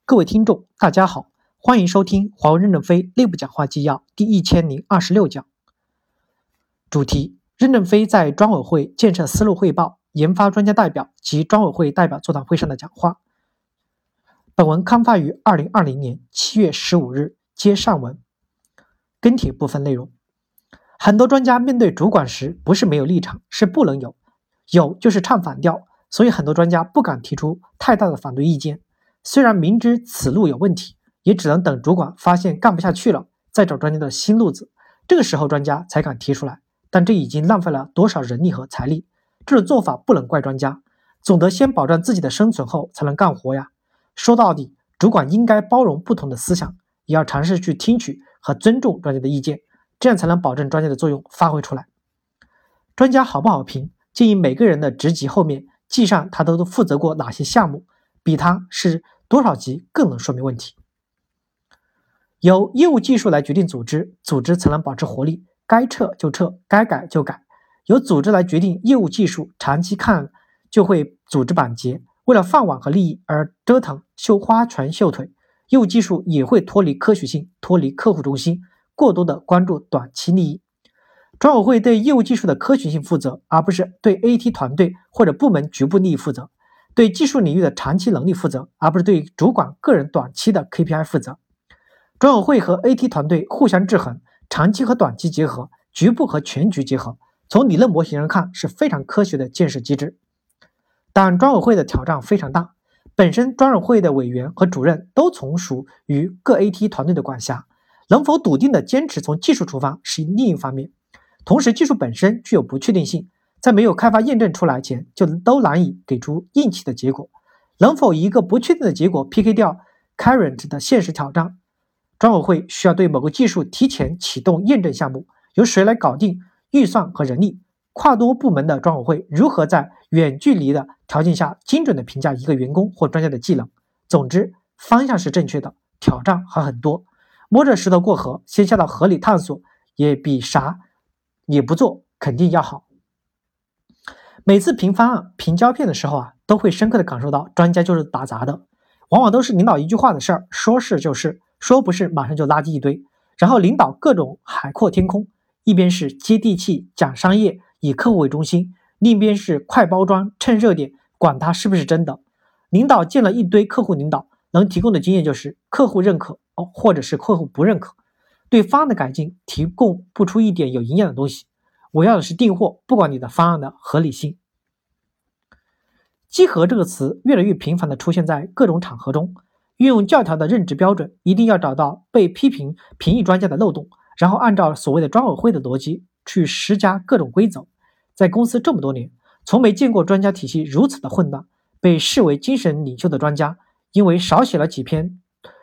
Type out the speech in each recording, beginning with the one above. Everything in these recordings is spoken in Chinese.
各位听众，大家好，欢迎收听华为任正非内部讲话纪要第1026讲。主题：任正非在专委会建设思路汇报、研发专家代表及专委会代表座谈会上的讲话。本文刊发于2020年7月15日，接上文。跟帖部分内容：很多专家面对主管时，不是没有立场，是不能有，有就是唱反调，所以很多专家不敢提出太大的反对意见。虽然明知此路有问题，也只能等主管发现干不下去了，再找专家的新路子，这个时候专家才敢提出来。但这已经浪费了多少人力和财力，这种做法不能怪专家，总得先保证自己的生存后才能干活呀。说到底，主管应该包容不同的思想，也要尝试去听取和尊重专家的意见，这样才能保证专家的作用发挥出来。专家好不好评，建议每个人的职级后面记上他都负责过哪些项目，比他是多少级更能说明问题。由业务技术来决定组织，组织才能保持活力，该撤就撤，该改就改。由组织来决定业务技术，长期看就会组织板结，为了饭碗和利益而折腾，秀花拳绣腿，业务技术也会脱离科学性，脱离客户中心，过多的关注短期利益。专委会对业务技术的科学性负责，而不是对 AT 团队或者部门局部利益负责，对技术领域的长期能力负责，而不是对主管个人短期的 KPI 负责。专委会和 AT 团队互相制衡，长期和短期结合，局部和全局结合，从理论模型上看是非常科学的建设机制。但专委会的挑战非常大，本身专委会的委员和主任都从属于各 AT 团队的管辖，能否笃定的坚持从技术出发是另一方面。同时技术本身具有不确定性，在没有开发验证出来前就都难以给出硬气的结果，能否以一个不确定的结果 PK 掉 current 的现实挑战，专委会需要对某个技术提前启动验证项目，由谁来搞定预算和人力，跨多部门的专委会如何在远距离的条件下精准的评价一个员工或专家的技能。总之方向是正确的，挑战还很多，摸着石头过河，先下到河里探索也比啥也不做肯定要好。每次评方案、评胶片的时候都会深刻的感受到专家就是打杂的，往往都是领导一句话的事儿，说是就是，说不是马上就垃圾一堆，然后领导各种海阔天空，一边是接地气讲商业，以客户为中心，另一边是快包装趁热点，管他是不是真的。领导见了一堆客户领导，能提供的经验就是客户认可或者是客户不认可，对方案的改进提供不出一点有营养的东西，我要的是订货，不管你的方案的合理性。稽核这个词越来越频繁地出现在各种场合中，运用教条的任职标准，一定要找到被批评评议专家的漏洞，然后按照所谓的专委会的逻辑去施加各种规则。在公司这么多年，从没见过专家体系如此的混乱，被视为精神领袖的专家，因为少写了几篇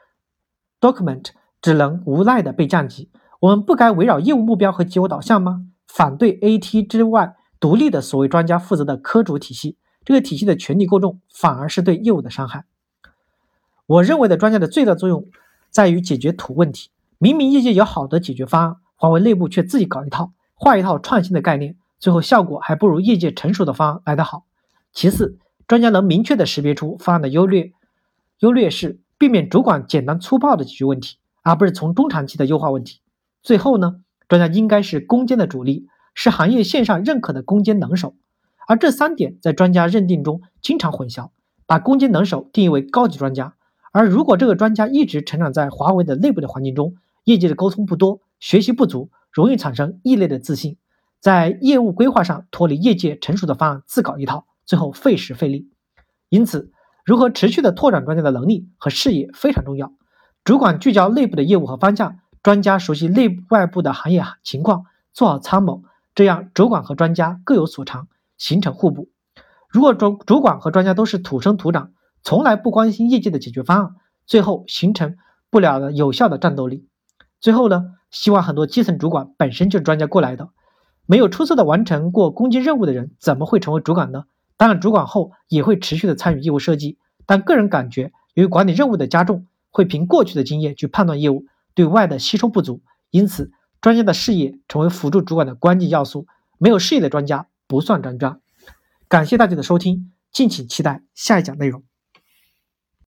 document， 只能无奈的被降级。我们不该围绕业务目标和结果导向吗？反对 AT 之外独立的所谓专家负责的科主体系，这个体系的权力过重，反而是对业务的伤害。我认为的专家的最大作用在于解决土问题，明明业界有好的解决方案，华为内部却自己搞一套，画一套创新的概念，最后效果还不如业界成熟的方案来得好。其次，专家能明确地识别出方案的优劣势，避免主管简单粗暴的解决问题，而不是从中长期的优化问题。最后呢，专家应该是攻坚的主力，是行业线上认可的攻坚能手。而这三点在专家认定中经常混淆，把攻坚能手定义为高级专家，而如果这个专家一直成长在华为的内部的环境中，业界的沟通不多，学习不足，容易产生异类的自信，在业务规划上脱离业界成熟的方案自搞一套，最后费时费力。因此，如何持续的拓展专家的能力和视野非常重要。主管聚焦内部的业务和方向，专家熟悉内部外部的行业情况，做好参谋，这样主管和专家各有所长，形成互补。如果主管和专家都是土生土长，从来不关心业界的解决方案，最后形成不了的有效的战斗力。最后呢，希望很多基层主管本身就是专家过来的，没有出色的完成过攻坚任务的人，怎么会成为主管呢？当然主管后也会持续的参与业务设计，但个人感觉由于管理任务的加重，会凭过去的经验去判断业务，对外的吸收不足，因此专家的视野成为辅助主管的关键要素，没有视野的专家不算专家。感谢大家的收听，敬请期待下一讲内容。